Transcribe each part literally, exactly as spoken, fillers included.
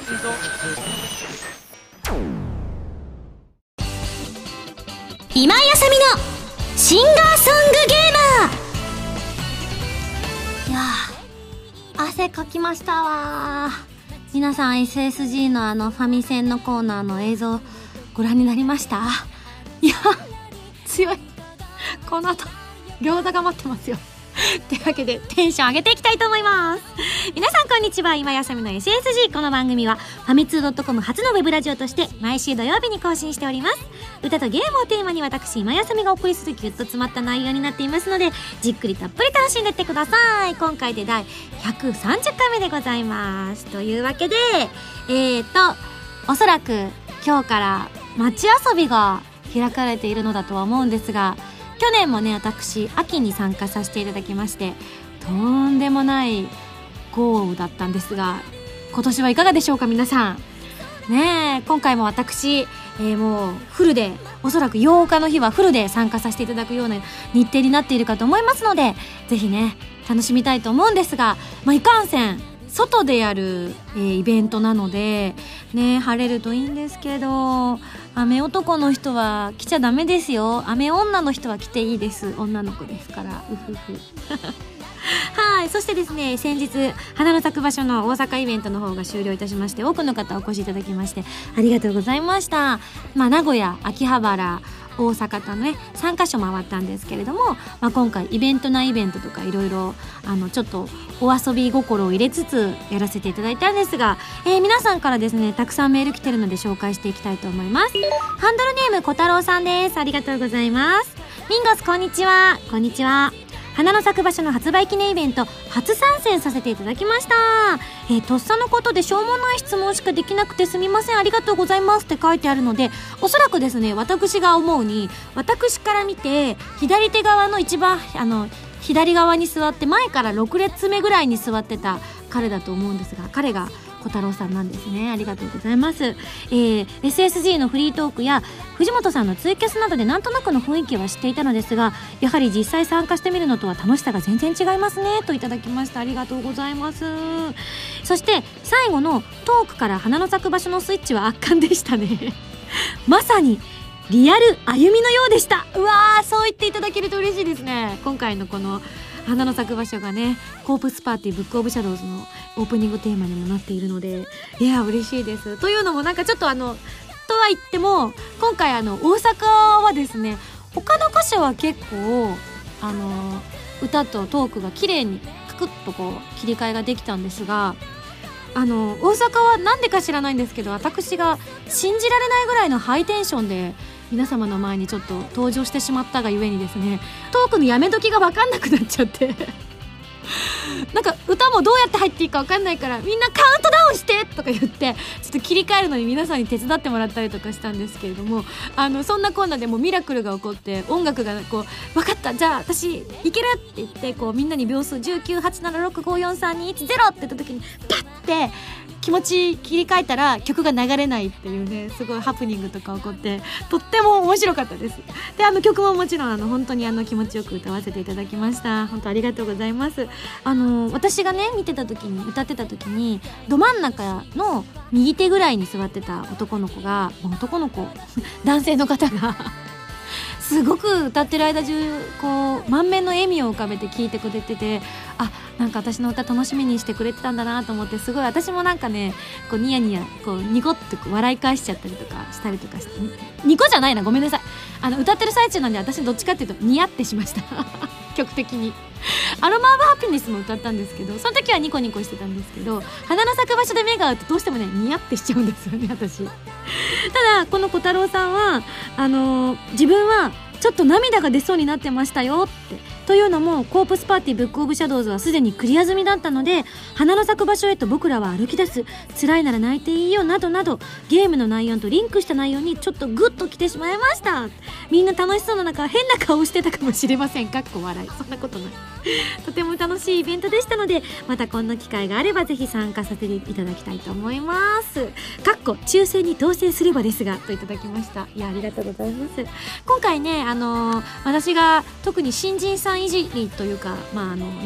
今井あさみのシンガーソングゲーマー。いやー、汗かきましたわー。皆さん エスエスジー のあのファミセンのコーナーの映像ご覧になりました？いや強い。この後餃子が待ってますよというわけでテンション上げていきたいと思います。皆さんこんにちは、今やさみの エスエスジー。 この番組はファミツー .com 初のウェブラジオとして毎週土曜日に更新しております。歌とゲームをテーマに私今やさみがお送りするギュッと詰まった内容になっていますので、じっくりたっぷり楽しんでってください。今回でだいひゃくさんじゅっかいめでございます。というわけでえーとおそらく今日から街遊びが開かれているのだとは思うんですが、去年もね私秋に参加させていただきまして、とんでもない豪雨だったんですが、今年はいかがでしょうか皆さんね。え今回も私、えー、もうフルで、おそらくようかの日はフルで参加させていただくような日程になっているかと思いますので、ぜひね楽しみたいと思うんですが、まあ、いかんせん外でやる、えー、イベントなのでね、晴れるといいんですけど、雨男の人は来ちゃダメですよ。雨女の人は来ていいです。女の子ですから。うふふはい。そしてですね、先日花の咲く場所の大阪イベントの方が終了いたしまして、多くの方お越しいただきましてありがとうございました。まあ名古屋、秋葉原、大阪とねさんかしょ回ったんですけれども、まあ、今回イベントなイベントとかいろいろあのちょっとお遊び心を入れつつやらせていただいたんですが、えー、皆さんからですねたくさんメール来てるので紹介していきたいと思います。ハンドルネーム小太郎さんです。ありがとうございます。ミンゴスこんにちは。こんにちは。花の咲く場所の発売記念イベント初参戦させていただきました。えー、とっさのことでしょうもない質問しかできなくてすみません、ありがとうございますって書いてあるので、おそらくですね私が思うに、私から見て左手側の一番あの左側に座って前からろく列目ぐらいに座ってた彼だと思うんですが、彼が小太郎さんなんですね。ありがとうございます。えー、エスエスジー のフリートークや藤本さんのツイキャスなどでなんとなくの雰囲気は知っていたのですが、やはり実際参加してみるのとは楽しさが全然違いますねといただきました。ありがとうございます。そして最後のトークから花の咲く場所のスイッチは圧巻でしたねまさにリアル歩みのようでした。うわー、そう言っていただけると嬉しいですね。今回のこの花の咲く場所がねコープスパーティーブックオブシャドウズのオープニングテーマにもなっているので、いや嬉しいです。というのもなんかちょっとあのとは言っても今回あの大阪はですね、他の箇所は結構あの歌とトークが綺麗にカクッとこう切り替えができたんですが、あの大阪はなんでか知らないんですけど、私が信じられないぐらいのハイテンションで皆様の前にちょっと登場してしまったがゆえにですね、トークのやめ時が分かんなくなっちゃってなんか歌もどうやって入っていいか分かんないから、みんなカウントダウンしてとか言ってちょっと切り替えるのに皆さんに手伝ってもらったりとかしたんですけれども、あのそんなこんなでもミラクルが起こって、音楽がこう分かった、じゃあ私いけるって言ってこうみんなに秒数じゅうきゅう、はち、なな、ろく、ご、よん、さん、に、いち、ゼロって言った時にパッて気持ち切り替えたら曲が流れないっていうね、すごいハプニングとか起こってとっても面白かったです。であの曲ももちろんあの本当にあの気持ちよく歌わせていただきました。本当ありがとうございます。あの私がね見てた時に歌ってた時にど真ん中の右手ぐらいに座ってた男の子が男の子男性の方がすごく歌ってる間中こう満面の笑みを浮かべて聴いてくれてて、あ、なんか私の歌楽しみにしてくれてたんだなと思って、すごい私もなんかねこうニヤニヤこうニコッとこう笑い返しちゃったりとかしたりとかして、ニコじゃないな、ごめんなさい、あの歌ってる最中なんで私どっちかっていうとニヤってしました曲的にアロマオブハピネスも歌ったんですけど、その時はニコニコしてたんですけど、花の咲く場所で目が合うとどうしてもねニヤってしちゃうんですよね私。ただこの小太郎さんはあのー、自分はちょっと涙が出そうになってましたよって。というのもコープスパーティーブックオブシャドウズはすでにクリア済みだったので、花の咲く場所へと僕らは歩き出す、辛いなら泣いていいよなどなどゲームの内容とリンクした内容にちょっとグッと来てしまいました。みんな楽しそうな中変な顔してたかもしれません。かっこ笑い。そんなことないとても楽しいイベントでしたので、またこんな機会があればぜひ参加させていただきたいと思います。かっこ抽選に当選すればですがといただきました。いやありがとうございます。今回ねあのー、私が特に新人さんいじりというか、まああのね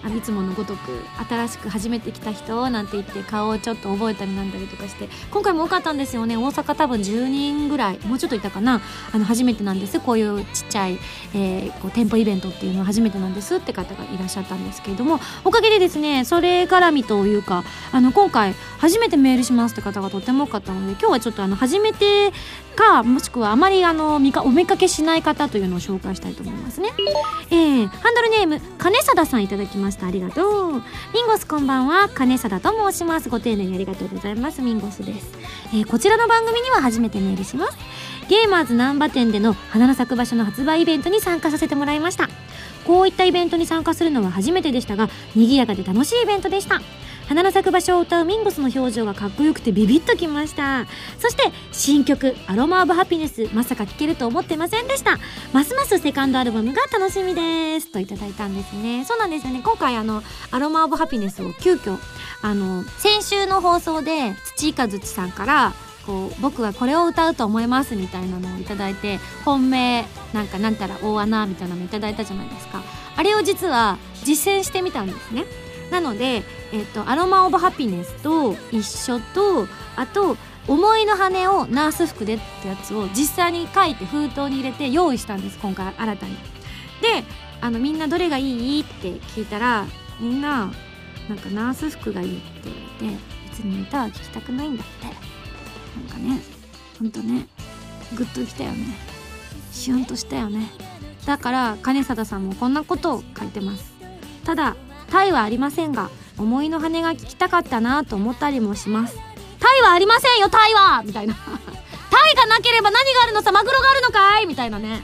あのいつものごとく新しく初めて来た人なんて言って顔をちょっと覚えたりなんだりとかして、今回も多かったんですよね。大阪多分じゅうにんぐらい、もうちょっといたかな。あの初めてなんです、こういうちっちゃい、えー、こう店舗イベントっていうのは初めてなんですって方がいらっしゃったんですけれども、おかげでですね、それ絡みというか、あの今回初めてメールしますって方がとっても多かったので、今日はちょっとあの初めてか、もしくはあまりあの見かお見かけしない方というのを紹介したいと思いますね。えー、ハンドルネーム金貞さんいただきました。ありがとう。ミンゴスこんばんは、金貞と申します。ご丁寧にありがとうございます。ミンゴスです。えー、こちらの番組には初めてメールします。ゲーマーズ難波店での花の咲く場所の発売イベントに参加させてもらいました。こういったイベントに参加するのは初めてでしたが、賑やかで楽しいイベントでした。花の咲く場所を歌うミンゴスの表情がかっこよくてビビッときました。そして新曲アロマオブハピネス、まさか聴けると思ってませんでした。ますますセカンドアルバムが楽しみですといただいたんですね。そうなんですよね。今回あのアロマオブハピネスを急遽あの先週の放送で土井和地さんからこう僕はこれを歌うと思いますみたいなのをいただいて、本命なんかなんたら大穴みたいなのいただいたじゃないですか。あれを実は実践してみたんですね。なので、えっと、アロマオブハピネスと一緒と、あと思いの羽をナース服でってやつを実際に書いて封筒に入れて用意したんです、今回新たに。で、あのみんなどれがいいって聞いたら、みんななんかナース服がいいって言われて、別に歌は聴きたくないんだって。なんかね、ほんとね、グッときたよね。シュンとしたよね。だから金貞さんもこんなことを書いてます。ただタイはありませんが、思いの羽が聞きたかったなと思ったりもします。タイはありませんよ、タイはみたいなタイがなければ何があるのさ、マグロがあるのかいみたいなね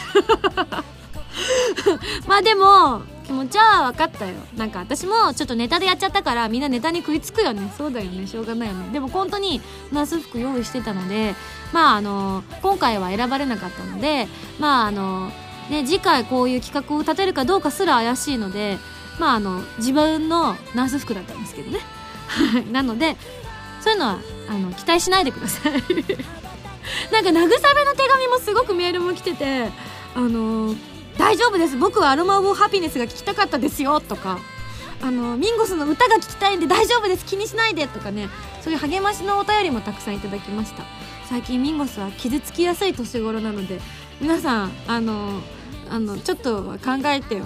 まあでも気持ちは分かったよ。なんか私もちょっとネタでやっちゃったから、みんなネタに食いつくよね。そうだよね、しょうがないよね。でも本当にナース服用意してたので、まああの今回は選ばれなかったので、まああのね、次回こういう企画を立てるかどうかすら怪しいので、まああの自分のナース服だったんですけどねなのでそういうのはあの期待しないでくださいなんか慰めの手紙もすごくメールも来てて、あの大丈夫です、僕はアロマオブハピネスが聞きたかったですよとか、あのミンゴスの歌が聞きたいんで大丈夫です、気にしないでとかね、そういう励ましのお便りもたくさんいただきました。最近ミンゴスは傷つきやすい年頃なので、皆さんあのあのちょっと考えてよ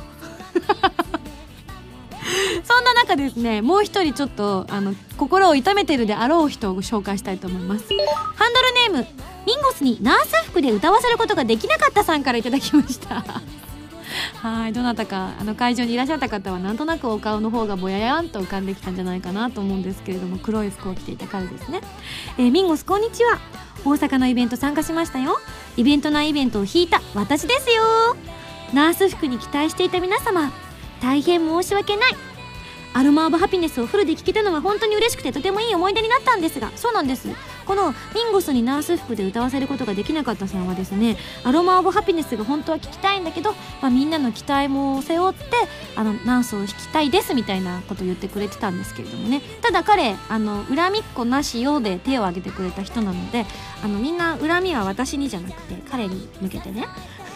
そんな中ですね、もう一人ちょっとあの心を痛めてるであろう人をご紹介したいと思います。ハンドルネームミンゴスにナース服で歌わせることができなかったさんからいただきましたはい、どなたかあの会場にいらっしゃった方はなんとなくお顔の方がぼややんと浮かんできたんじゃないかなと思うんですけれども、黒い服を着ていた彼ですね。えー、ミンゴスこんにちは。大阪のイベント参加しましたよ。イベント内イベントを引いた私ですよ。ナース服に期待していた皆様、大変申し訳ない。アロマオブハピネスをフルで聴けたのは本当に嬉しくてとてもいい思い出になったんですが、そうなんです、このミンゴスにナース服で歌わせることができなかったさんはですね、アロマオブハピネスが本当は聴きたいんだけど、まあ、みんなの期待も背負ってあのナースを弾きたいですみたいなことを言ってくれてたんですけれどもね、ただ彼あの恨みっこなしようで手を挙げてくれた人なので、あのみんな恨みは私にじゃなくて彼に向けてね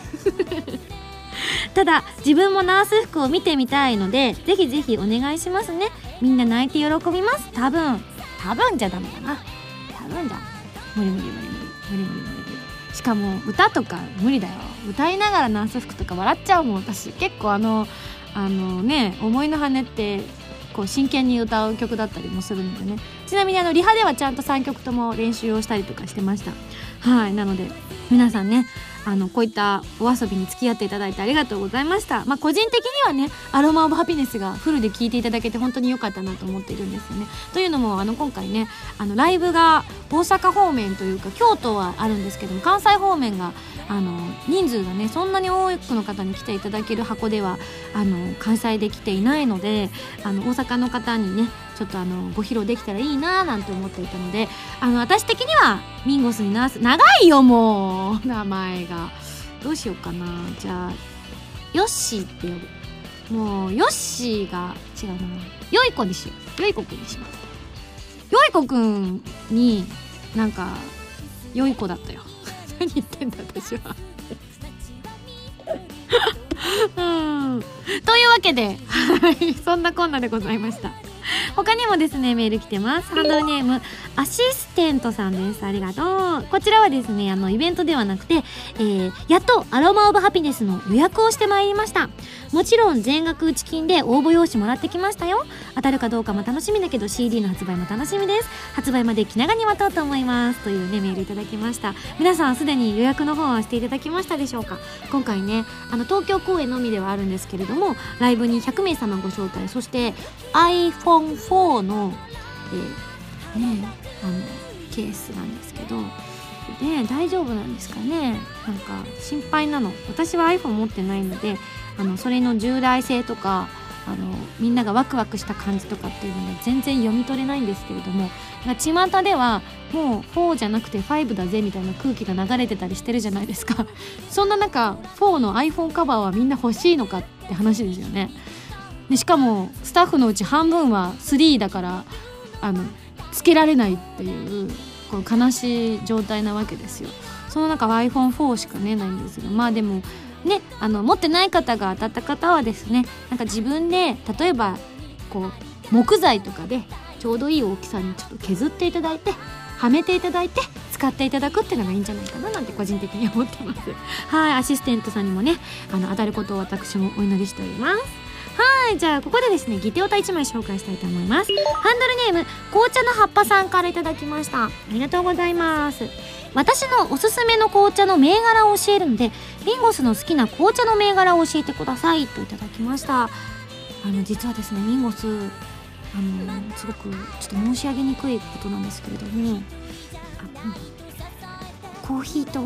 ただ自分もナース服を見てみたいので、ぜひぜひお願いしますね。みんな泣いて喜びます。多分多分じゃダメだな。多分じゃ無理無理無理無理無理無理無理無理。しかも歌とか無理だよ。歌いながらナース服とか笑っちゃうもん私。結構あのあのね、思いの羽ってこう真剣に歌う曲だったりもするのでね。ちなみにあのリハではちゃんとさんきょくとも練習をしたりとかしてました。はい、なので皆さんね、あのこういったお遊びに付き合っていただいてありがとうございました。まあ個人的にはね、アロマオブハピネスがフルで聴いていただけて本当に良かったなと思っているんですよね。というのもあの今回ね、あのライブが大阪方面というか京都はあるんですけども、関西方面があの人数がねそんなに多くの方に来ていただける箱ではあの開催できていないので、あの大阪の方にねちょっとあのご披露できたらいいななんて思っていたので、あの私的にはミンゴスにナース、長いよもう名前がどうしようかな。じゃあヨッシーって呼ぶ。もうヨッシーが違うな、ヨイコにしよう。ヨイコくんにします。ヨイコくんになんかヨイコだったよ何言ってんだ私はうんというわけでそんなこんなでございました。他にもですねメール来てます。ハンドルネームアシステントさんです。ありがとう。こちらはですねあのイベントではなくて、えー、やっとアロマオブハピネスの予約をしてまいりました。もちろん全額打ち金で応募用紙もらってきましたよ。当たるかどうかも楽しみだけど シーディー の発売も楽しみです。発売まで気長に待とうと思いますというねメールいただきました。皆さんすでに予約の方はしていただきましたでしょうか。今回ねあの東京公演のみではあるんですけれどもライブにひゃくめいさまご招待、そして アイフォンフォー の、えー、ねあのケースなんですけどね大丈夫なんですかね。なんか心配なの。私は iPhone 持ってないのであのそれの従来性とかあのみんながワクワクした感じとかっていうのが全然読み取れないんですけれども、巷ではもうフォーじゃなくてファイブだぜみたいな空気が流れてたりしてるじゃないですか。そんな中フォーの iPhone カバーはみんな欲しいのかって話ですよね。でしかもスタッフのうち半分はスリーだからあのつけられないっていうこう悲しい状態なわけですよ。その中は アイフォンフォー しかねないんですが、まあでもねあの持ってない方が当たった方はですねなんか自分で例えばこう木材とかでちょうどいい大きさにちょっと削っていただいてはめていただいて使っていただくっていうのがいいんじゃないかななんて個人的に思ってます。はい、アシステントさんにもねあの当たることを私もお祈りしております。はい、じゃあここでですねギテオタいちまい紹介したいと思います。ハンドルネーム紅茶の葉っぱさんからいただきました。ありがとうございます。私のおすすめの紅茶の銘柄を教えるのでミンゴスの好きな紅茶の銘柄を教えてくださいといただきました。あの実はですねミンゴスあのすごくちょっと申し上げにくいことなんですけれどもあコーヒーと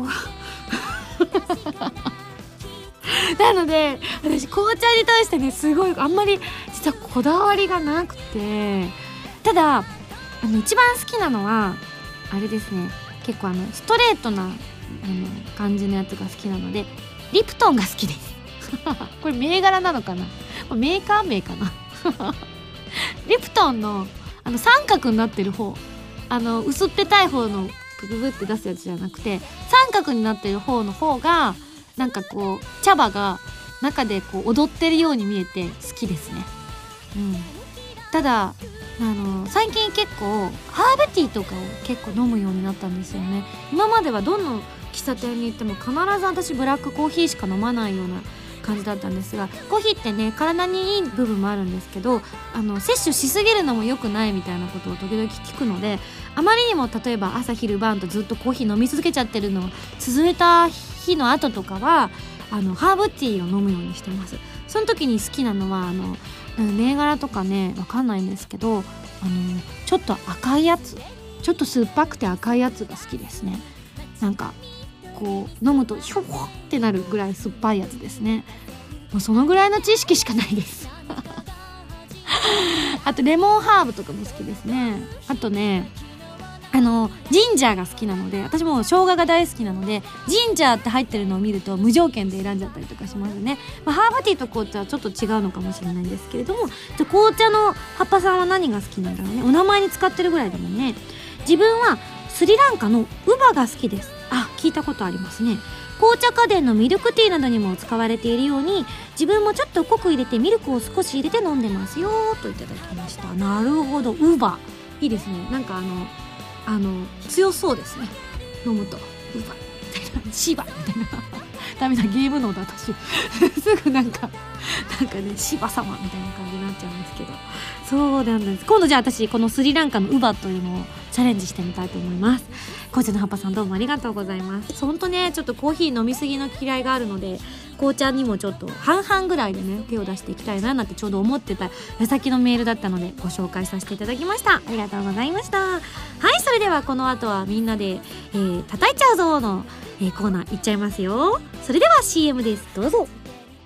なので私紅茶に対してねすごいあんまり実はこだわりがなくて、ただあの一番好きなのはあれですね結構あのストレートなあの感じのやつが好きなのでリプトンが好きですこれ銘柄なのかな、これメーカー名かなリプトンのあの三角になってる方、あの薄っぺたい方のブブブって出すやつじゃなくて三角になってる方の方がなんかこう茶葉が中でこう踊ってるように見えて好きですね。うん、ただあの最近結構ハーブティーとかを結構飲むようになったんですよね。今まではどの喫茶店に行っても必ず私ブラックコーヒーしか飲まないような感じだったんですが、コーヒーってね体にいい部分もあるんですけどあの摂取しすぎるのも良くないみたいなことを時々聞くので、あまりにも例えば朝昼晩とずっとコーヒー飲み続けちゃってるのを続いた日の後とかはあのハーブティーを飲むようにしてます。その時に好きなのはあの銘柄とかねわかんないんですけどあのちょっと赤いやつ、ちょっと酸っぱくて赤いやつが好きですね。なんかこう飲むとひょほってなるぐらい酸っぱいやつですね。もうそのぐらいの知識しかないですあとレモンハーブとかも好きですね。あとねあのジンジャーが好きなので私も生姜が大好きなのでジンジャーって入ってるのを見ると無条件で選んじゃったりとかしますね。まあ、ハーブティーと紅茶はちょっと違うのかもしれないんですけれども、じゃ紅茶の葉っぱさんは何が好きなんだろうね。お名前に使ってるぐらいだもんね。自分はスリランカのウバが好きです。あ、聞いたことありますね。紅茶家電のミルクティーなどにも使われているように自分もちょっと濃く入れてミルクを少し入れて飲んでますよといただきました。なるほど、ウバいいですね。なんかあのあの強そうですね。飲むとウバみたいなシバみたいなダメだゲーム脳だ私すぐなんかなんかねシバ様みたいな感じになっちゃうんですけど、そうなんです。今度じゃあ私このスリランカのウバというのをチャレンジしてみたいと思います。紅茶の葉っぱさんどうもありがとうございます。ほんとねちょっとコーヒー飲みすぎの嫌いがあるので紅茶にもちょっと半々ぐらいでね手を出していきたいななんてちょうど思ってた矢先のメールだったのでご紹介させていただきました。ありがとうございました。はい、それではこの後はみんなで、えー、叩いちゃうぞの、えー、コーナーいっちゃいますよ。それでは シーエム です。どうぞ。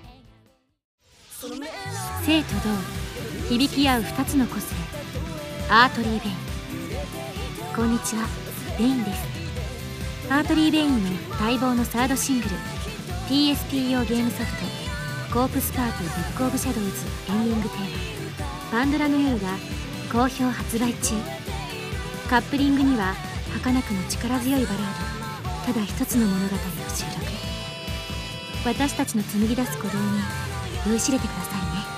生と同響き合うふたつの個性アートリー・ベイン。こんにちは、ベインです。アートリー・ベインの待望のサードシングル ピーエスピー 用ゲームソフトコープスパーティーブックオブシャドウズエンディングテーマバンドラの夜が好評発売中。カップリングには儚くも力強いバラードただ一つの物語を収録。 私たちの紡ぎ出す鼓動に酔いしれてくださ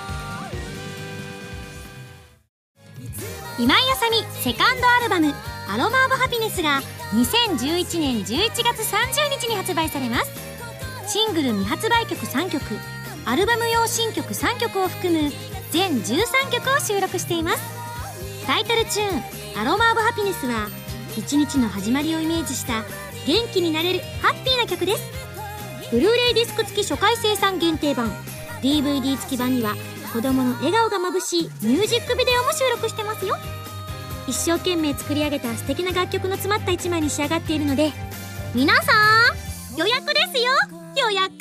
いね。今井あさみセカンドアルバムアロマオブハピネスがにせんじゅういちねんじゅういちがつさんじゅうにちに発売されます。シングル未発売曲さんきょく、アルバム用新曲さんきょくを含む全じゅうさんきょくを収録しています。タイトルチューンアロマオブハピネスは一日の始まりをイメージした元気になれるハッピーな曲です。ブルーレイディスク付き初回生産限定版 ディーブイディー 付き版には子供の笑顔がまぶしいミュージックビデオも収録してますよ。一生懸命作り上げた素敵な楽曲の詰まった一枚に仕上がっているので、皆さん予約ですよ、予約。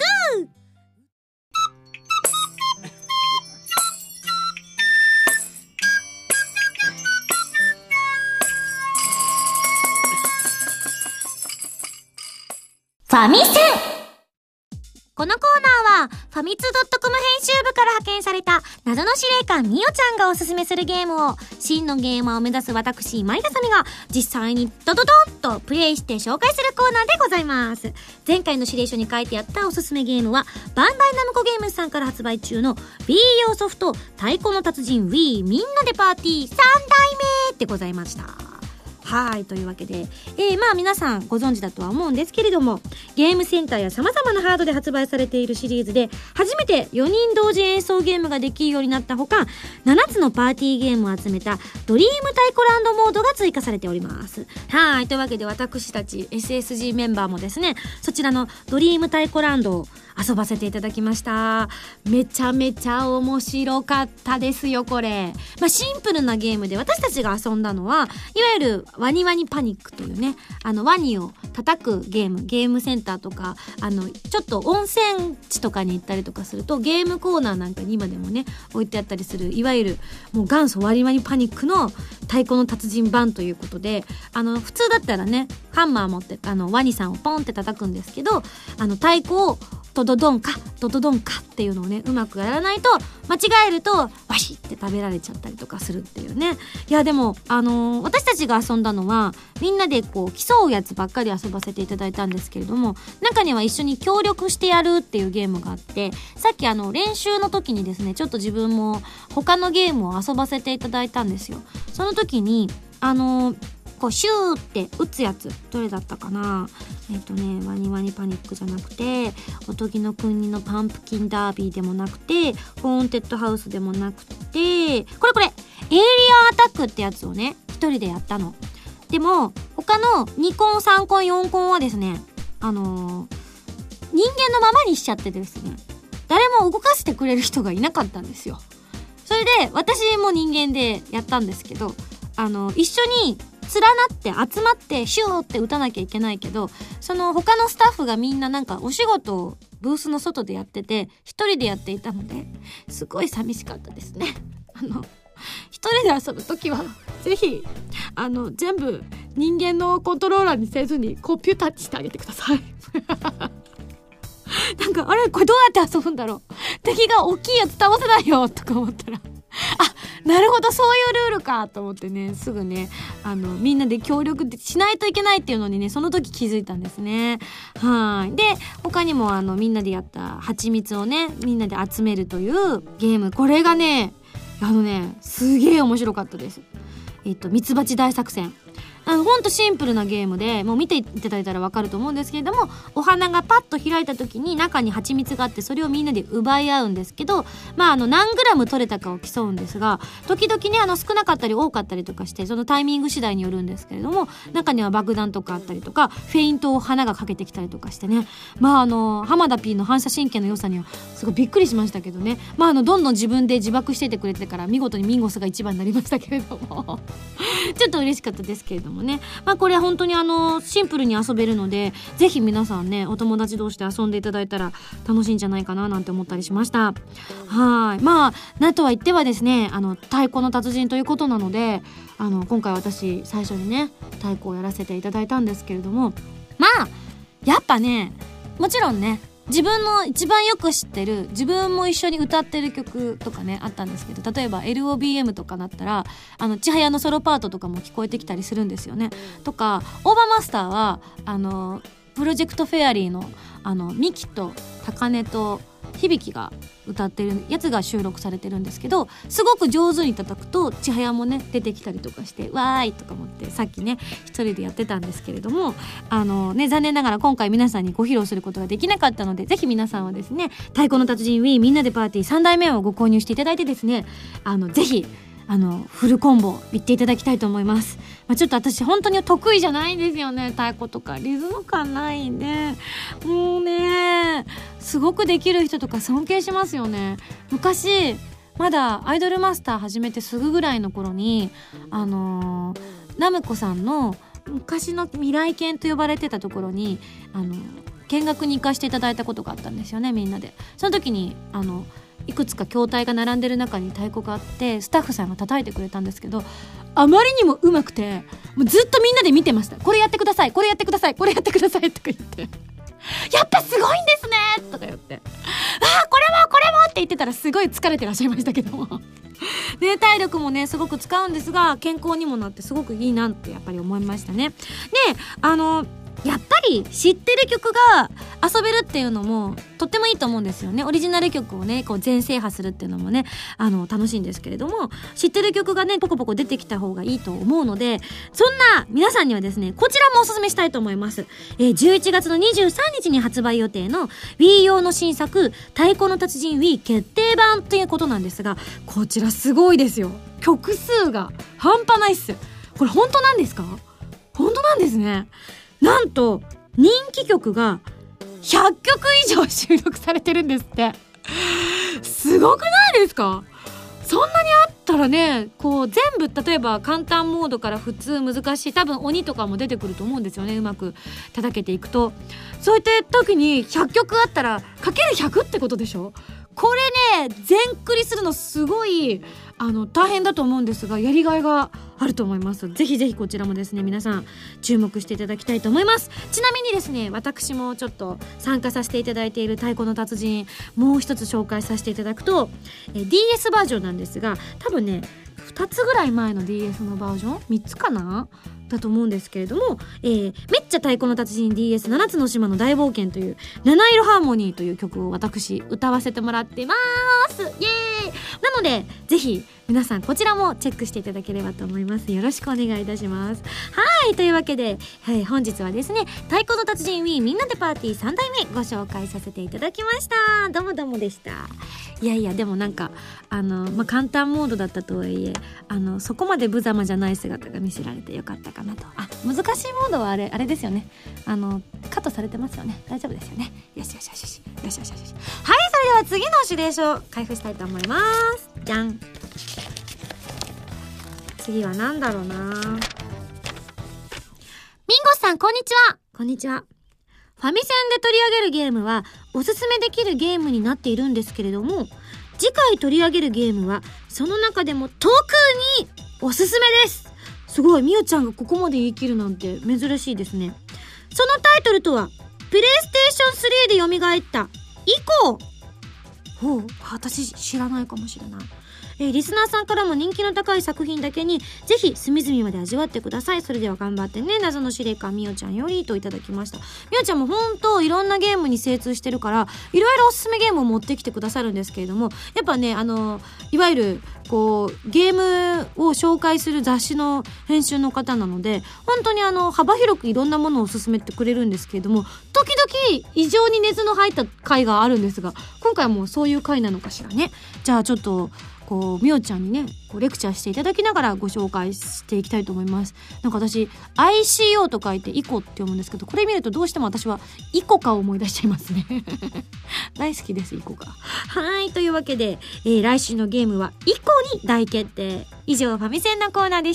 ファミセン。このコーナーはファミツー .com 編集部から派遣された謎の司令官みおちゃんがおすすめするゲームを真のゲーマーを目指す私今井あさみが実際にドドドンとプレイして紹介するコーナーでございます。前回の指令書に書いてあったおすすめゲームはバンダイナムコゲームズさんから発売中の Wii 用ソフト太鼓の達人 Wii みんなでパーティーさんだいめでございました。はい、というわけで、えー、まあ皆さんご存知だとは思うんですけれども、ゲームセンターや様々なハードで発売されているシリーズで初めてよにん同時演奏ゲームができるようになったほか、ななつのパーティーゲームを集めたドリーム太鼓ランドモードが追加されております。はい、というわけで私たち エスエスジー メンバーもですね、そちらのドリーム太鼓ランドを遊ばせていただきました。めちゃめちゃ面白かったですよこれ。まあシンプルなゲームで私たちが遊んだのはいわゆるワニワニパニックというね、あのワニを叩くゲーム、ゲームセンターとかあのちょっと温泉地とかに行ったりとかするとゲームコーナーなんかに今でもね置いてあったりする、いわゆるもう元祖ワニワニパニックの太鼓の達人版ということで、あの普通だったらねハンマー持ってあのワニさんをポンって叩くんですけど、あの太鼓をドドドンかドドドンかっていうのをねうまくやらないと間違えるとワシって食べられちゃったりとかするっていうね。いやでもあのー、私たちが遊んだのはみんなでこう競うやつばっかり遊ばせていただいたんですけれども、中には一緒に協力してやるっていうゲームがあって、さっきあの練習の時にですねちょっと自分も他のゲームを遊ばせていただいたんですよ。その時にあのーこうシューって打つやつどれだったかな、えっとねワニワニパニックじゃなくておとぎの国のパンプキンダービーでもなくてホーンテッドハウスでもなくてこれこれエイリアンアタックってやつをね一人でやったの。でも他のにコンさんコンよんコンはですねあのー、人間のままにしちゃっててですね誰も動かしてくれる人がいなかったんですよ。それで私も人間でやったんですけど、あの一緒に連なって集まってシューって打たなきゃいけないけど、その他のスタッフがみんななんかお仕事をブースの外でやってて一人でやっていたのですごい寂しかったですね。あの一人で遊ぶときはぜひあの全部人間のコントローラーにせずにコンピューターにしてあげてください。なんかあれこれどうやって遊ぶんだろう、敵が大きいやつ倒せないよとか思ったらあ、なるほどそういうルールかと思ってね、すぐねあのみんなで協力しないといけないっていうのにねその時気づいたんですね。はい。で他にもあのみんなでやった蜂蜜をねみんなで集めるというゲーム、これがねあのねすげえ面白かったです。えっとミツバチ大作戦、あのほんとシンプルなゲームでもう見ていただいたらわかると思うんですけれども、お花がパッと開いた時に中に蜂蜜があってそれをみんなで奪い合うんですけど、まああの何グラム取れたかを競うんですが、時々ねあの少なかったり多かったりとかしてそのタイミング次第によるんですけれども、中には爆弾とかあったりとかフェイントを花がかけてきたりとかしてね、まああの浜田 P の反射神経の良さにはすごいびっくりしましたけどね、まああのどんどん自分で自爆しててくれてから見事にミンゴスが一番になりましたけれどもちょっと嬉しかったですけれどもね、まあこれ本当にあのシンプルに遊べるのでぜひ皆さんねお友達同士で遊んでいただいたら楽しいんじゃないかななんて思ったりしました。はい。まあなんとは言ってはですねあの太鼓の達人ということなので、あの今回私最初にね太鼓をやらせていただいたんですけれども、まあやっぱねもちろんね自分の一番よく知ってる自分も一緒に歌ってる曲とかねあったんですけど、例えば エルオービーエム とかなったらあの千早のソロパートとかも聞こえてきたりするんですよね。とかオーバーマスターはあのプロジェクトフェアリーのあのミキと高根と響が歌ってるやつが収録されてるんですけど、すごく上手に叩くと千早もね出てきたりとかしてわーいとか思ってさっきね一人でやってたんですけれども、あのね残念ながら今回皆さんにご披露することができなかったので、ぜひ皆さんはですね太鼓の達人 Wii みんなでパーティーさんだいめをご購入していただいてですね、あのぜひあのフルコンボいっていただきたいと思います。まあ、ちょっと私本当に得意じゃないんですよね、太鼓とかリズム感ないんで、もうねすごくできる人とか尊敬しますよね。昔まだアイドルマスター始めてすぐぐらいの頃にあのー、ナムコさんの昔の未来犬と呼ばれてたところにあの見学に行かせていただいたことがあったんですよね、みんなで。その時にあのいくつか筐体が並んでる中に太鼓があってスタッフさんが叩いてくれたんですけど、あまりにも上手くてもうずっとみんなで見てました。これやってくださいこれやってくださいこれやってくださいとか言ってやっぱすごいんですねとか言って、あーこれもこれもって言ってたらすごい疲れてらっしゃいましたけどもね、体力もねすごく使うんですが健康にもなってすごくいいなってやっぱり思いましたね。で、あのやっぱり知ってる曲が遊べるっていうのもとってもいいと思うんですよね。オリジナル曲をねこう全制覇するっていうのもねあの楽しいんですけれども、知ってる曲がねポコポコ出てきた方がいいと思うので、そんな皆さんにはですねこちらもおすすめしたいと思います。えー、じゅういちがつのにじゅうさんにちに発売予定の Wii 用の新作太鼓の達人 Wii 決定版ということなんですが、こちらすごいですよ。曲数が半端ないっす。これ本当なんですか？本当なんですね。なんと人気曲がひゃっきょく以上収録されてるんですって。すごくないですか？そんなにあったらねこう全部例えば簡単モードから普通難しい多分鬼とかも出てくると思うんですよね、うまく叩けていくと。そういった時にひゃっきょくあったらかけるひゃくってことでしょ。これね全クリするのすごいあの大変だと思うんですがやりがいがあると思います。ぜひぜひこちらもですね皆さん注目していただきたいと思います。ちなみにですね私もちょっと参加させていただいている太鼓の達人もう一つ紹介させていただくと、え ディーエス バージョンなんですが、多分ねふたつぐらい前の ディーエス のバージョンみっつかなだと思うんですけれども、えー、めっちゃ太鼓の達人 ディーエスなな つの島の大冒険という七色ハーモニーという曲を私歌わせてもらってますイエーイ。なのでぜひ皆さんこちらもチェックしていただければと思います。よろしくお願いいたします。はいというわけで、はい、本日はですね太鼓の達人 Wii みんなでパーティーさんだいめご紹介させていただきました。どうもどうもでした。いやいやでもなんかあの、まあ、簡単モードだったとはいえあのそこまで無様じゃない姿が見せられてよかったかなと。あ、難しいモードはあれあれですよね。あのカットされてますよね。大丈夫ですよね。よしよしよしよしよしよしよし。はい、それでは次の指令書を開封したいと思います。じゃん。次は何だろうな。ミンゴスさんこんにちは。こんにちは。ファミセンで取り上げるゲームはおすすめできるゲームになっているんですけれども、次回取り上げるゲームはその中でも特におすすめです。すごい、みおちゃんがここまで言い切るなんて珍しいですね。そのタイトルとはプレイステーションスリーで蘇ったイコー。ほう、私知らないかもしれない。えー、リスナーさんからも人気の高い作品だけにぜひ隅々まで味わってください。それでは頑張ってね。謎の司令官みおちゃんよりといただきました。みおちゃんもほんといろんなゲームに精通してるからいろいろおすすめゲームを持ってきてくださるんですけれども、やっぱねあのいわゆるこうゲームを紹介する雑誌の編集の方なので本当にあの幅広くいろんなものを勧めてくれるんですけれども、時々異常に熱の入った回があるんですが、今回もそういう回なのかしらね。じゃあちょっとこうみおちゃんにねこうレクチャーしていただきながらご紹介していきたいと思います。なんか私 アイシーオー と書いてイコって読むんですけど、これ見るとどうしても私はイコカを思い出しちゃいますね大好きですイコカ。はい、というわけで、えー、来週のゲームはイコに大決定。以上ファミセンのコーナーでした。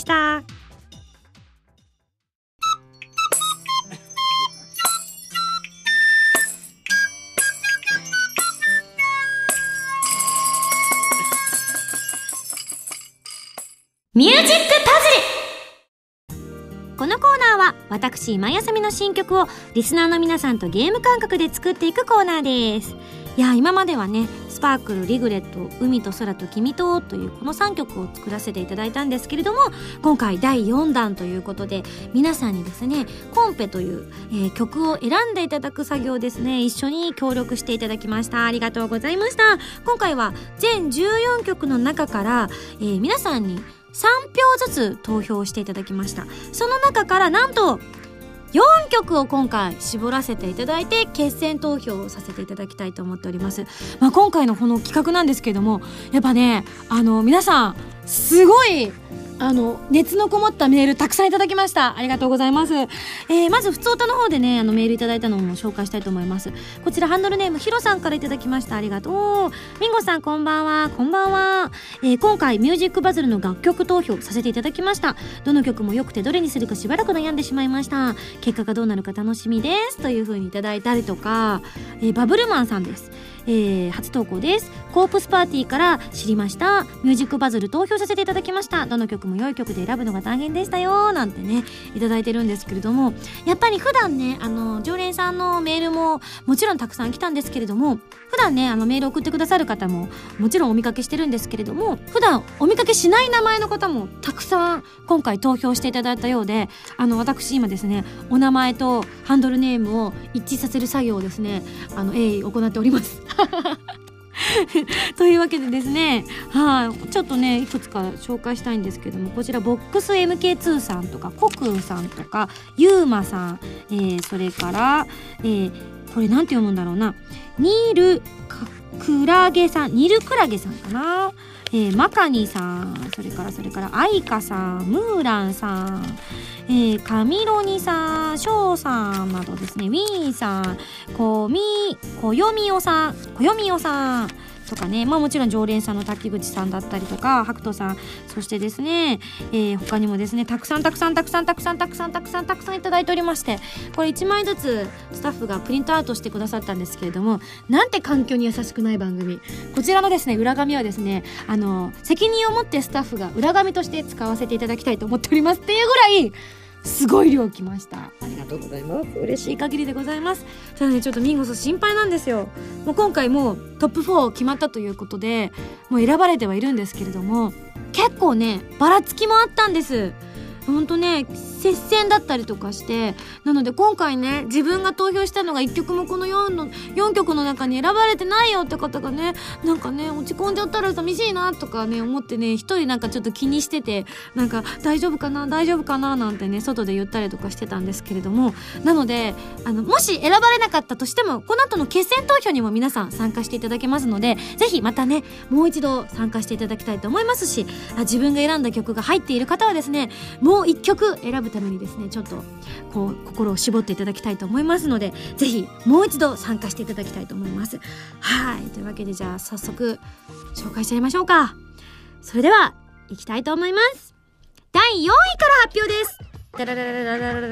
ミュージックパズル。このコーナーは私今休みの新曲をリスナーの皆さんとゲーム感覚で作っていくコーナーです。いや今まではねスパークル、リグレット、海と空と君とというこのさんきょくを作らせていただいたんですけれども、今回だいよんだんということで皆さんにですねコンペという、えー、曲を選んでいただく作業ですね、一緒に協力していただきました。ありがとうございました。今回は全じゅうよんきょくの中から、えー、皆さんにさんぴょうずつ投票していただきました。その中からなんとよんきょくを今回絞らせていただいて決選投票をさせていただきたいと思っております。まあ、今回のこの企画なんですけれども、やっぱねあの皆さんすごいあの熱のこもったメールたくさんいただきました。ありがとうございます。えー、まずふつおたの方でねあのメールいただいたのも紹介したいと思います。こちらハンドルネームヒロさんからいただきました。ありがとう。ミンゴさんこんばんは。こんばんは。えー、今回ミュージックバズルの楽曲投票させていただきました。どの曲も良くてどれにするかしばらく悩んでしまいました。結果がどうなるか楽しみですという風にいただいたりとか、えー、バブルマンさんです。えー、初投稿です。コープスパーティーから知りました。ミュージックバズル投票させていただきました。どの曲も良い曲で選ぶのが大変でしたよなんてねいただいてるんですけれども、やっぱり普段ねあの常連さんのメールももちろんたくさん来たんですけれども、普段ねあのメール送ってくださる方ももちろんお見かけしてるんですけれども、普段お見かけしない名前の方もたくさん今回投票していただいたようで、あの私今ですねお名前とハンドルネームを一致させる作業をですねあの鋭意行っておりますというわけでですね、はい、ちょっとねいくつか紹介したいんですけども、こちらボックス エムケーツー さんとかコクーさんとかユーマさん、えー、それから、えー、これなんて読むんだろうな、ニールクラゲさん、ニルクラゲさんかな、えー、マカニさん、それからそれからアイカさん、ムーランさん、えー、カミロニさん、ショウさんなどですね、ウィーンさん、コミ、コヨミオさん、コヨミオさんとかね、まあもちろん常連さんの滝口さんだったりとか、ハクトさん、そしてですね、えー、他にもですね、たくさんたくさんたくさんたくさんたくさんたくさんたくさんいただいておりまして、これいちまいずつスタッフがプリントアウトしてくださったんですけれども、なんて環境に優しくない番組。こちらのですね、裏紙はですね、あの、責任を持ってスタッフが裏紙として使わせていただきたいと思っておりますっていうぐらい、すごい量来ました。ありがとうございます。嬉しい限りでございます。ただねちょっとミンゴス心配なんですよ。もう今回もうトップフォー決まったということでもう選ばれてはいるんですけれども、結構ねばらつきもあったんです。ほんとね接戦だったりとかして、なので今回ね自分が投票したのがいっきょくもこのよんのよんきょくの中に選ばれてないよって方がね、なんかね落ち込んじゃったら寂しいなとかね思ってね、一人なんかちょっと気にしてて、なんか大丈夫かな大丈夫かななんてね外で言ったりとかしてたんですけれども、なのであのもし選ばれなかったとしてもこの後の決選投票にも皆さん参加していただけますので、ぜひまたねもう一度参加していただきたいと思いますし、あ自分が選んだ曲が入っている方はですねもう一曲選ぶためにですねちょっとこう心を絞っていただきたいと思いますので、ぜひもう一度参加していただきたいと思います。はい、というわけでじゃあ早速紹介しちゃいましょうか。それでは行きたいと思います。だいよんいから発表です。じゃん、エントリ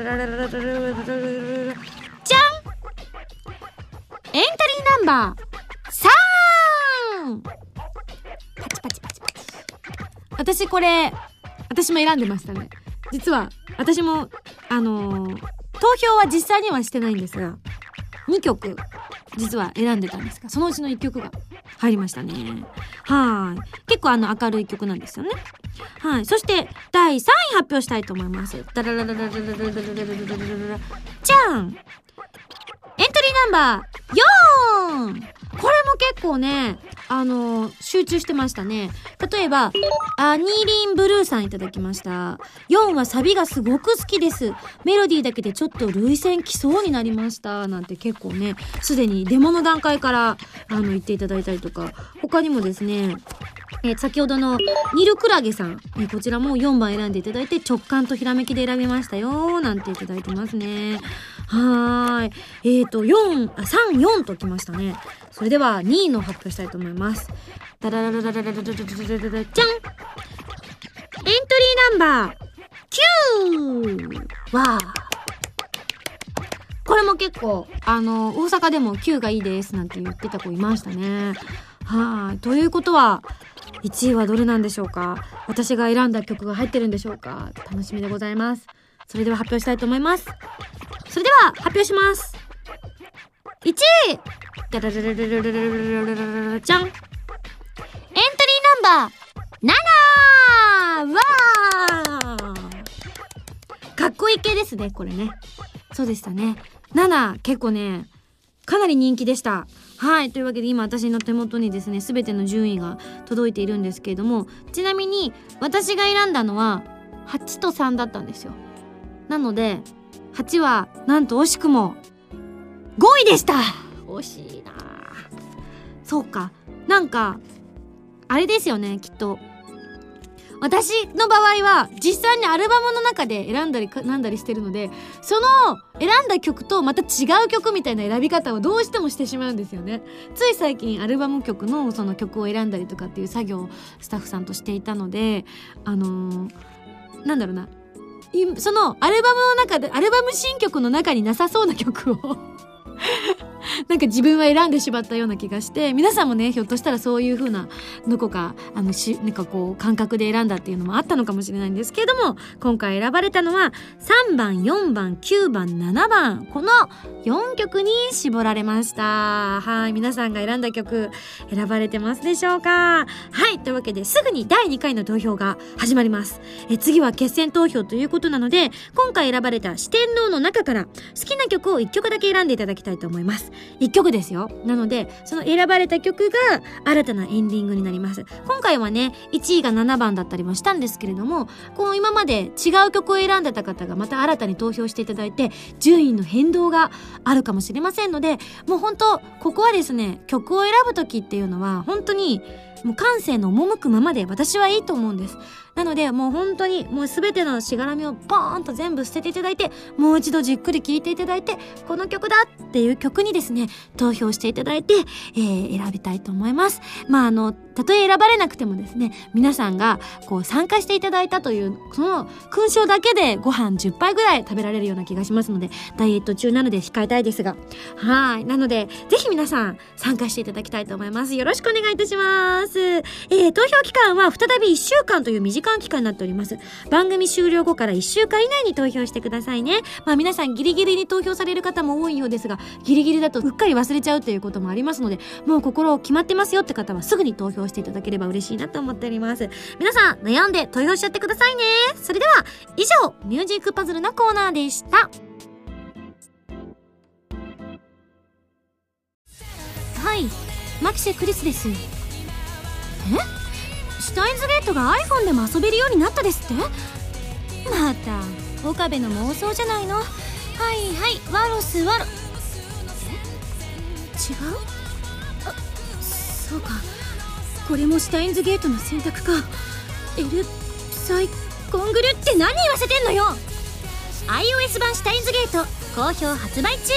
ーナンバーさん、パチパチパチパチ。私これ私も選んでましたね。実は私もあのー、投票は実際にはしてないんですがにきょく実は選んでたんですが、そのうちのいっきょくが入りましたね。はい、結構あの明るい曲なんですよね。はい、そしてだいさんい発表したいと思います。ダラララララララララララララじゃん、エントリーナンバーよん。これも結構ねあのー、集中してましたね。例えばアニリンブルーさんいただきました。よんはサビがすごく好きです。メロディーだけでちょっと涙腺きそうになりましたなんて結構ねすでにデモの段階からあの言っていただいたりとか、他にもですねえー、先ほどのニルクラゲさん、えー、こちらもよんばん選んでいただいて直感とひらめきで選びましたよなんていただいてますね。はーい、えーとよん、あ、さん、よんときましたね。それではにいの発表したいと思います。ダララララララララララララじゃん、エントリーナンバーきゅうわー。これも結構あの大阪でもきゅうがいいですなんて言ってた子いましたね。はい、ということはいちいはどれなんでしょうか。私が選んだ曲が入ってるんでしょうか。楽しみでございます。 それでは発表したいと思います。それでは発表します。いちい、ダラララララララララじゃん。エントリーナンバーなな。わー、かっこいい系ですね、これね。そうでしたね。なな、結構ね、かなり人気でした。はい。というわけで今私の手元にですね、すべての順位が届いているんですけれども、ちなみに私が選んだのははちとさんだったんですよ。なので、はちはなんと惜しくもごいでした。惜しいな。そうか。なんか、あれですよね、きっと。私の場合は実際にアルバムの中で選んだりなんだりしてるので、その選んだ曲とまた違う曲みたいな選び方をどうしてもしてしまうんですよね。つい最近アルバム曲のその曲を選んだりとかっていう作業をスタッフさんとしていたので、あのー、なんだろうな、そのアルバムの中でアルバム新曲の中になさそうな曲をなんか自分は選んでしまったような気がして、皆さんもねひょっとしたらそういう風などこかあのしなんかこう感覚で選んだっていうのもあったのかもしれないんですけれども、今回選ばれたのはさんばん、よんばん、きゅうばん、ななばん、このよんきょくに絞られました。はい、皆さんが選んだ曲選ばれてますでしょうか。はい、というわけですぐにだいにかいの投票が始まります。え次は決選投票ということなので、今回選ばれた四天王の中から好きな曲をいっきょくだけ選んでいただきたいと思います。いっきょくですよ。なのでその選ばれた曲が新たなエンディングになります。今回はねいちいがななばんだったりもしたんですけれども、こう今まで違う曲を選んでた方がまた新たに投票していただいて順位の変動があるかもしれませんので、もう本当ここはですね、曲を選ぶ時っていうのは本当にもう感性の赴くままで私はいいと思うんです。なのでもう本当にもう全てのしがらみをポーンと全部捨てていただいて、もう一度じっくり聴いていただいて、この曲だっていう曲にですね投票していただいて、えー、選びたいと思います。まああのたとえ選ばれなくてもですね、皆さんがこう参加していただいたというその勲章だけでご飯じゅっぱいぐらい食べられるような気がしますので、ダイエット中なので控えたいですが、はい、なのでぜひ皆さん参加していただきたいと思います。よろしくお願いいたします。えー、投票期間は再びいっしゅうかんという短い期間になっております。番組終了後からいっしゅうかん以内に投票してくださいね。まあ皆さんギリギリに投票される方も多いようですが、ギリギリだとうっかり忘れちゃうということもありますので、もう心決まってますよって方はすぐに投票していただければ嬉しいなと思っております。皆さん悩んで投票しちゃってくださいね。それでは以上、ミュージックパズルのコーナーでした。はい、マキシェクリスです。え？シュタインズゲートが iPhone でも遊べるようになったですって？また岡部の妄想じゃないの。はいはい、ワロスワロ。え？違う？あ、そうか、これもシュタインズゲートの選択か。エルサイコングルって何言わせてんのよ。 iOS 版シュタインズゲート好評発売中。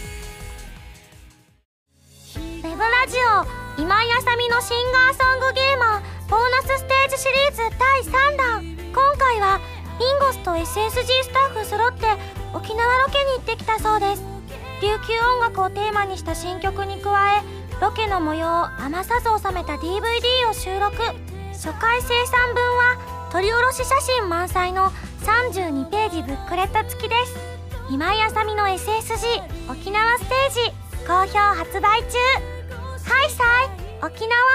ウェブラジオ今井あさみのシンガーソングゲーマーボーナスステージシリーズだいさんだん。今回はインゴスと エスエスジー スタッフ揃って沖縄ロケに行ってきたそうです。琉球音楽をテーマにした新曲に加え、ロケの模様を余さず収めた ディーブイディー を収録。初回生産分は撮り下ろし写真満載のさんじゅうにページブックレット付きです。今井あさみの エスエスジー 沖縄ステージ好評発売中。ハイサイ沖縄。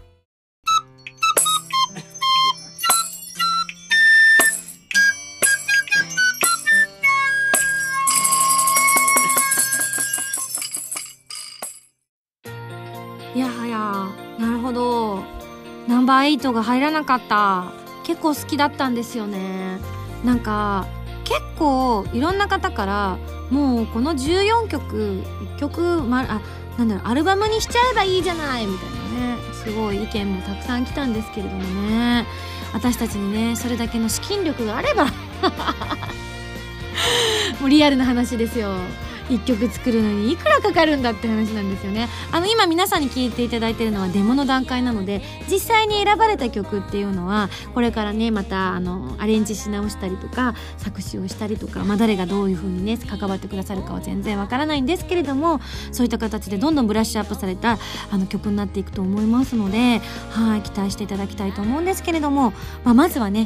いやはや、なるほど、ナンバーエイトが入らなかった。結構好きだったんですよね。なんか結構いろんな方からもうこのじゅうよんきょくいっきょく、ま、あなんだろうアルバムにしちゃえばいいじゃないみたいなね、すごい意見もたくさん来たんですけれどもね、私たちにねそれだけの資金力があればもうリアルな話ですよ。いっきょく作るのにいくらかかるんだって話なんですよね。あの今皆さんに聴いていただいているのはデモの段階なので、実際に選ばれた曲っていうのはこれからねまたあのアレンジし直したりとか作詞をしたりとか、まあ、誰がどういう風にね関わってくださるかは全然わからないんですけれども、そういった形でどんどんブラッシュアップされたあの曲になっていくと思いますので、はい、期待していただきたいと思うんですけれども、まあ、まずはね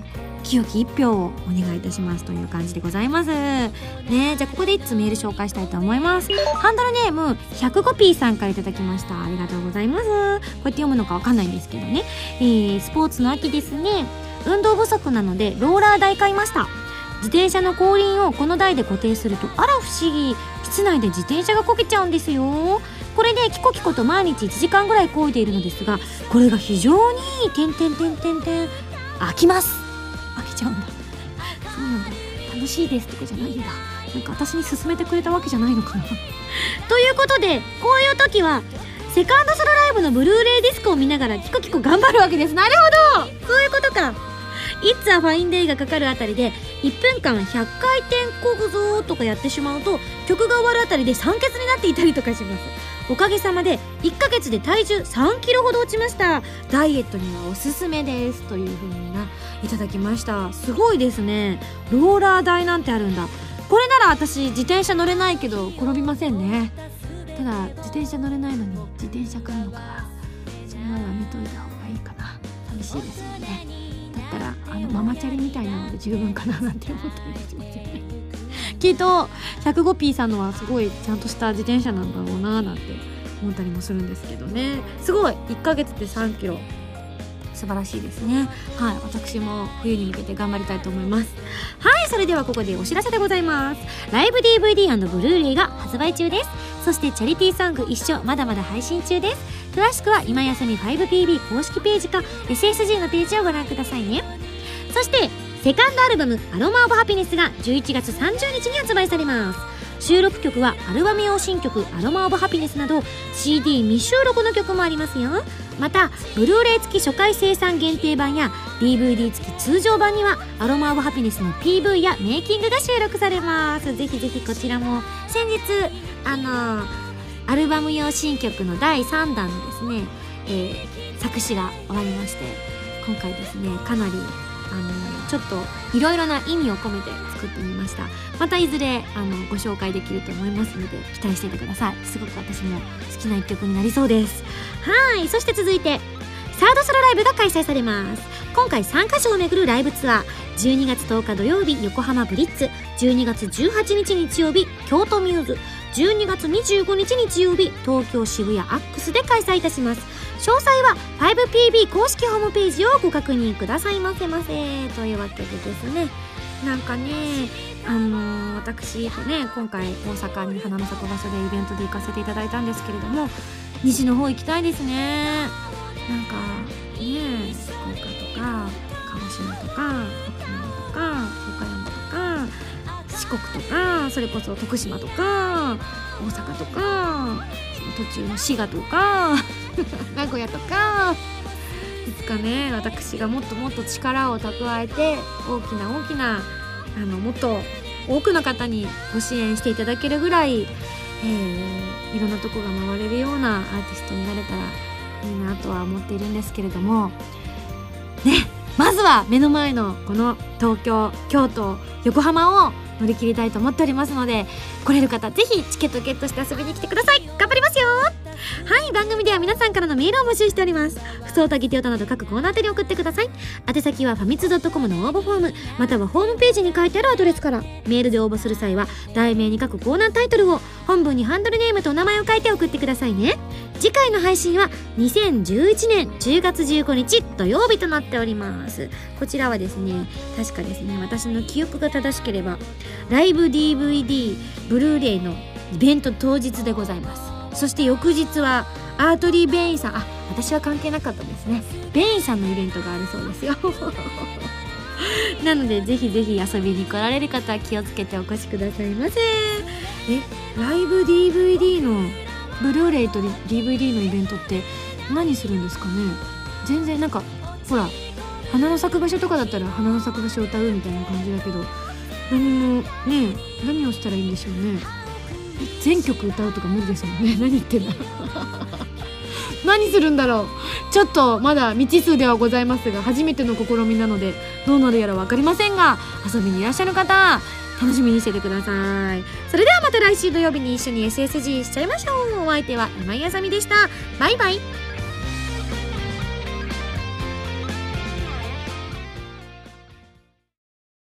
清き一票をお願いいたしますという感じでございますね。じゃあここでいっつメール紹介したいと思います。ハンドルネームひゃくごピーさんからいただきました。ありがとうございます。こうやって読むのかわかんないんですけどね、えー、スポーツの秋ですね。運動不足なのでローラー台買いました。自転車の後輪をこの台で固定するとあら不思議、室内で自転車がこけちゃうんですよ。これでキコキコと毎日いちじかんぐらい漕いでいるのですが、これが非常にいいてんてんてんてんてん飽きます。飽きちゃうんだ。そうなんだ。楽しいですとかじゃないんだ。なんか私に勧めてくれたわけじゃないのかなということで、こういう時はセカンドソロライブのブルーレイディスクを見ながらキコキコ頑張るわけです。なるほど、そういうことか。It's a Fine Day がかかるあたりでいっぷんかんひゃっかいてんこぐぞとかやってしまうと、曲が終わるあたりで酸欠になっていたりとかします。おかげさまでいっかげつで体重さんキロほど落ちました。ダイエットにはおすすめですという風にないただきました。すごいですね。ローラー台なんてあるんだ。これなら私自転車乗れないけど転びませんね。ただ自転車乗れないのに自転車買うのか、それはやめといた方がいいかな。寂しいですよね。だったらあのママチャリみたいなので十分かななんて思ったりしますよねきっと ひゃくごピー さんのはすごいちゃんとした自転車なんだろうななんて思ったりもするんですけどね。すごいいっかげつでさんキロ、素晴らしいですね。はい、私も冬に向けて頑張りたいと思います。はい、それではここでお知らせでございます。ライブ ディーブイディー&ブルーレイが発売中です。そしてチャリティーソング一緒まだまだ配信中です。詳しくは今休み ファイブピービー 公式ページか エスエスジー のページをご覧くださいね。そしてセカンドアルバムアロマオブハピネスがじゅういちがつさんじゅうにちに発売されます。収録曲はアルバム用新曲アロマオブハピネスなど シーディー 未収録の曲もありますよ。またブルーレイ付き初回生産限定版や ディーブイディー 付き通常版にはアロマオブハピネスの ピーブイ やメイキングが収録されます。ぜひぜひこちらも。先日あのー、アルバム用新曲のだいさんだんのですね、えー、作詞が終わりまして、今回ですねかなりあのちょっといろいろな意味を込めて作ってみました。またいずれあのご紹介できると思いますので期待していてください。すごく私も好きな一曲になりそうです。はい、そして続いてサードソロライブが開催されます。今回さんかしょを巡るライブツアー、じゅうにがつとおか土曜日横浜ブリッツ、じゅうにがつじゅうはちにち日曜日京都ミューズ、じゅうにがつにじゅうごにち日曜日東京渋谷アックスで開催いたします。詳細は ファイブピービー 公式ホームページをご確認くださいませませ。というわけでですね、なんかねあのー、私とね今回大阪に花の咲く場所でイベントで行かせていただいたんですけれども、西の方行きたいですね。なんかね福岡とか鹿児島とか沖縄とか岡山とか四国とか、それこそ徳島とか大阪とか途中の滋賀とか名古屋とか、いつかね私がもっともっと力を蓄えて大きな大きなあのもっと多くの方にご支援していただけるぐらい、えー、いろんなとこが回れるようなアーティストになれたらいいなとは思っているんですけれどもね、まずは目の前のこの東京、京都、横浜を乗り切りたいと思っておりますので、来れる方ぜひチケットゲットして遊びに来てください。頑張りますよ。はい、番組では皆さんからのメールを募集しております。ふつおたぎておたなど各コーナー宛に送ってください。宛先はファミツー .com の応募フォームまたはホームページに書いてあるアドレスから。メールで応募する際は題名に書くコーナータイトルを、本文にハンドルネームとお名前を書いて送ってくださいね。次回の配信はにせんじゅういちねんじゅうがつじゅうごにち土曜日となっております。こちらはですね、確かですね、私の記憶が正しければライブ ディーブイディー ブルーレイのイベント当日でございます。そして翌日はアートリー・ベインさん、あ、私は関係なかったですね。ベインさんのイベントがあるそうですよなのでぜひぜひ遊びに来られる方は気をつけてお越しくださいませ。え、ライブ ディーブイディー のブルーレイと ディーブイディー のイベントって何するんですかね。全然なんかほら花の咲く場所とかだったら花の咲く場所を歌うみたいな感じだけど、何もね、何をしたらいいんでしょうね。全曲歌うとか無理ですもんね。何言ってんだ何するんだろう。ちょっとまだ未知数ではございますが、初めての試みなのでどうなるやら分かりませんが、遊びにいらっしゃる方楽しみにしててください。それではまた来週土曜日に一緒に エスエスジー しちゃいましょう。お相手は今井あさみでした。バイバイ。